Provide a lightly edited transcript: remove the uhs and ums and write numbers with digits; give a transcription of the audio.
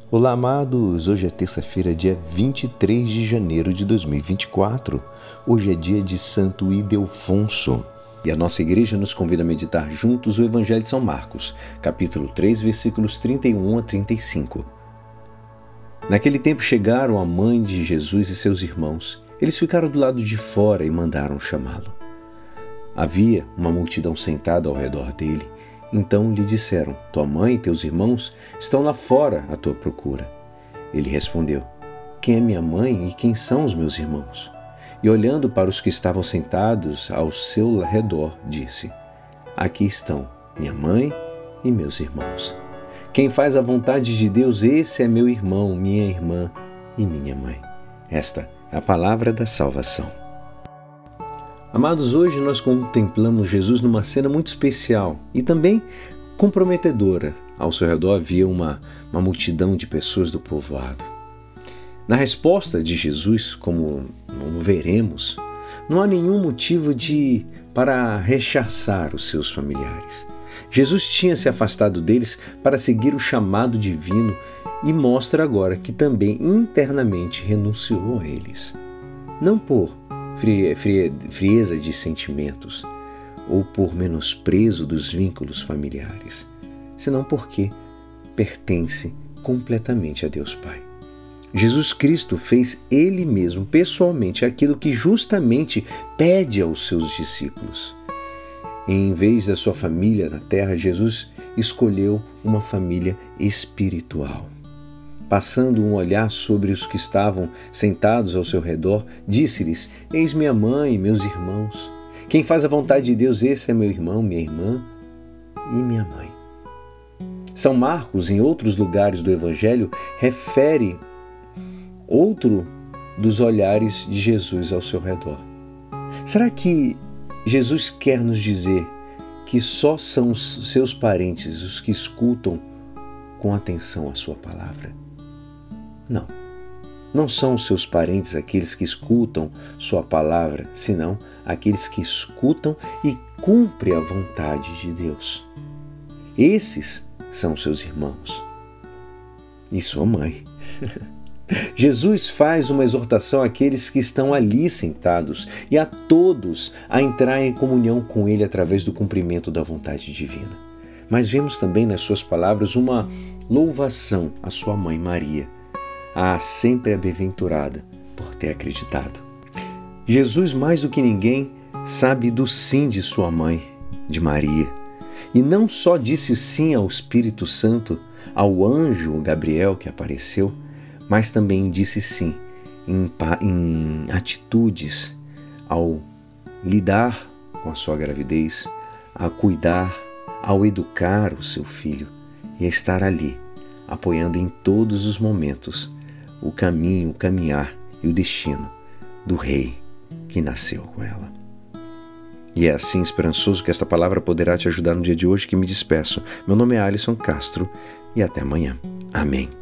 Olá, amados! Hoje é terça-feira, dia 23 de janeiro de 2024. Hoje é dia de Santo Ildefonso. E a nossa igreja nos convida a meditar juntos o Evangelho de São Marcos, capítulo 3, versículos 31 a 35. Naquele tempo chegaram a mãe de Jesus e seus irmãos. Eles ficaram do lado de fora e mandaram chamá-lo. Havia uma multidão sentada ao redor dele. Então lhe disseram: tua mãe e teus irmãos estão lá fora à tua procura. Ele respondeu: quem é minha mãe e quem são os meus irmãos? E olhando para os que estavam sentados ao seu redor, disse: aqui estão minha mãe e meus irmãos. Quem faz a vontade de Deus, esse é meu irmão, minha irmã e minha mãe. Esta é a palavra da salvação. Amados, hoje nós contemplamos Jesus numa cena muito especial e também comprometedora. Ao seu redor havia uma multidão de pessoas do povoado. Na resposta de Jesus, como veremos, não há nenhum motivo para rechaçar os seus familiares. Jesus tinha se afastado deles para seguir o chamado divino e mostra agora que também internamente renunciou a eles. Não por frieza de sentimentos ou por menosprezo dos vínculos familiares, senão porque pertence completamente a Deus Pai. Jesus Cristo fez Ele mesmo, pessoalmente, aquilo que justamente pede aos seus discípulos. Em vez da sua família na terra, Jesus escolheu uma família espiritual. Passando um olhar sobre os que estavam sentados ao seu redor, disse-lhes: eis minha mãe e meus irmãos. Quem faz a vontade de Deus, esse é meu irmão, minha irmã e minha mãe. São Marcos, em outros lugares do Evangelho, refere outro dos olhares de Jesus ao seu redor. Será que Jesus quer nos dizer que só são os seus parentes os que escutam com atenção a sua palavra? Não. Não são os seus parentes aqueles que escutam sua palavra, senão aqueles que escutam e cumprem a vontade de Deus. Esses são seus irmãos e sua mãe. Jesus faz uma exortação àqueles que estão ali sentados e a todos a entrar em comunhão com Ele através do cumprimento da vontade divina. Mas vemos também nas suas palavras uma louvação à sua mãe Maria, a sempre bem-aventurada por ter acreditado. Jesus, mais do que ninguém, sabe do sim de sua mãe, de Maria. E não só disse sim ao Espírito Santo, ao anjo Gabriel que apareceu, mas também disse sim em atitudes ao lidar com a sua gravidez, a cuidar, ao educar o seu filho e a estar ali, apoiando em todos os momentos o caminho, o caminhar e o destino do rei que nasceu com ela. E é assim esperançoso que esta palavra poderá te ajudar no dia de hoje que me despeço. Meu nome é Alisson Castro e até amanhã. Amém.